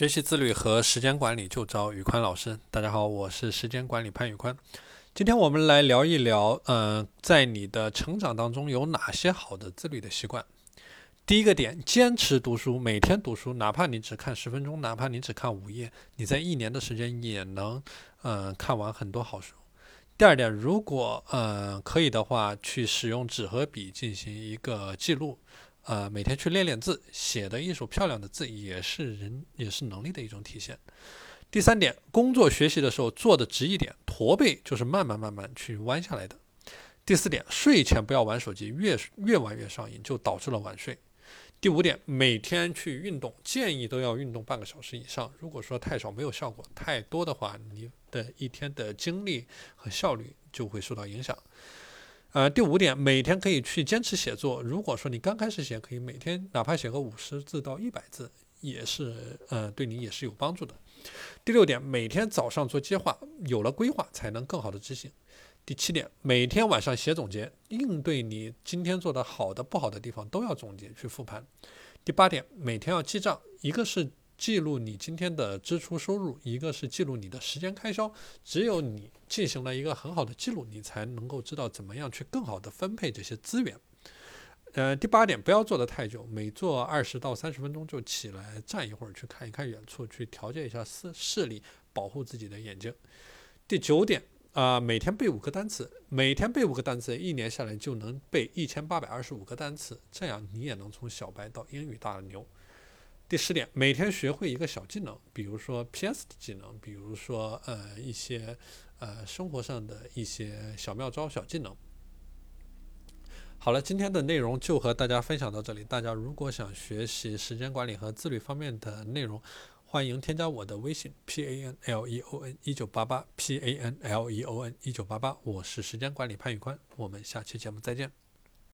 学习自律和时间管理就找宇宽老师。大家好，我是时间管理潘宇宽。今天我们来聊一聊，在你的成长当中有哪些好的自律的习惯。第一个点，坚持读书，每天读书，哪怕你只看10分钟，哪怕你只看5页，你在1年的时间也能，看完很多好书。第二点，如果可以的话，去使用纸和笔进行一个记录，每天去练练字，写的一手漂亮的字也是能力的一种体现。第三点，工作学习的时候坐的直一点，驼背就是慢慢去弯下来的。第四点，睡前不要玩手机，越玩越上瘾，就导致了晚睡。第五点，每天去运动，建议都要运动半个小时以上。如果说太少没有效果，太多的话，你的一天的精力和效率就会受到影响。第五点，每天可以去坚持写作。如果说你刚开始写，可以每天哪怕写个50字到100字，也是对你也是有帮助的。第六点，每天早上做计划，有了规划才能更好的执行。第七点，每天晚上写总结，应对你今天做的好的不好的地方都要总结去复盘。第八点，每天要记账，一个是记录你今天的支出收入，一个是记录你的时间开销。只有你进行了一个很好的记录，你才能够知道怎么样去更好的分配这些资源。第八点，不要坐得太久，每坐20到30分钟就起来站一会儿，去看一看远处，去调节一下视力，保护自己的眼睛。第九点，每天背5个单词，每天背5个单词，1年下来就能背1825个单词，这样你也能从小白到英语大牛。第10点，每天学会一个小技能，比如说 PS 的技能，比如说一些生活上的一些小妙招、小技能。好了，今天的内容就和大家分享到这里。大家如果想学习时间管理和自律方面的内容，欢迎添加我的微信 PANLEON1988 PANLEON1988，我是时间管理潘宇宽，我们下期节目再见。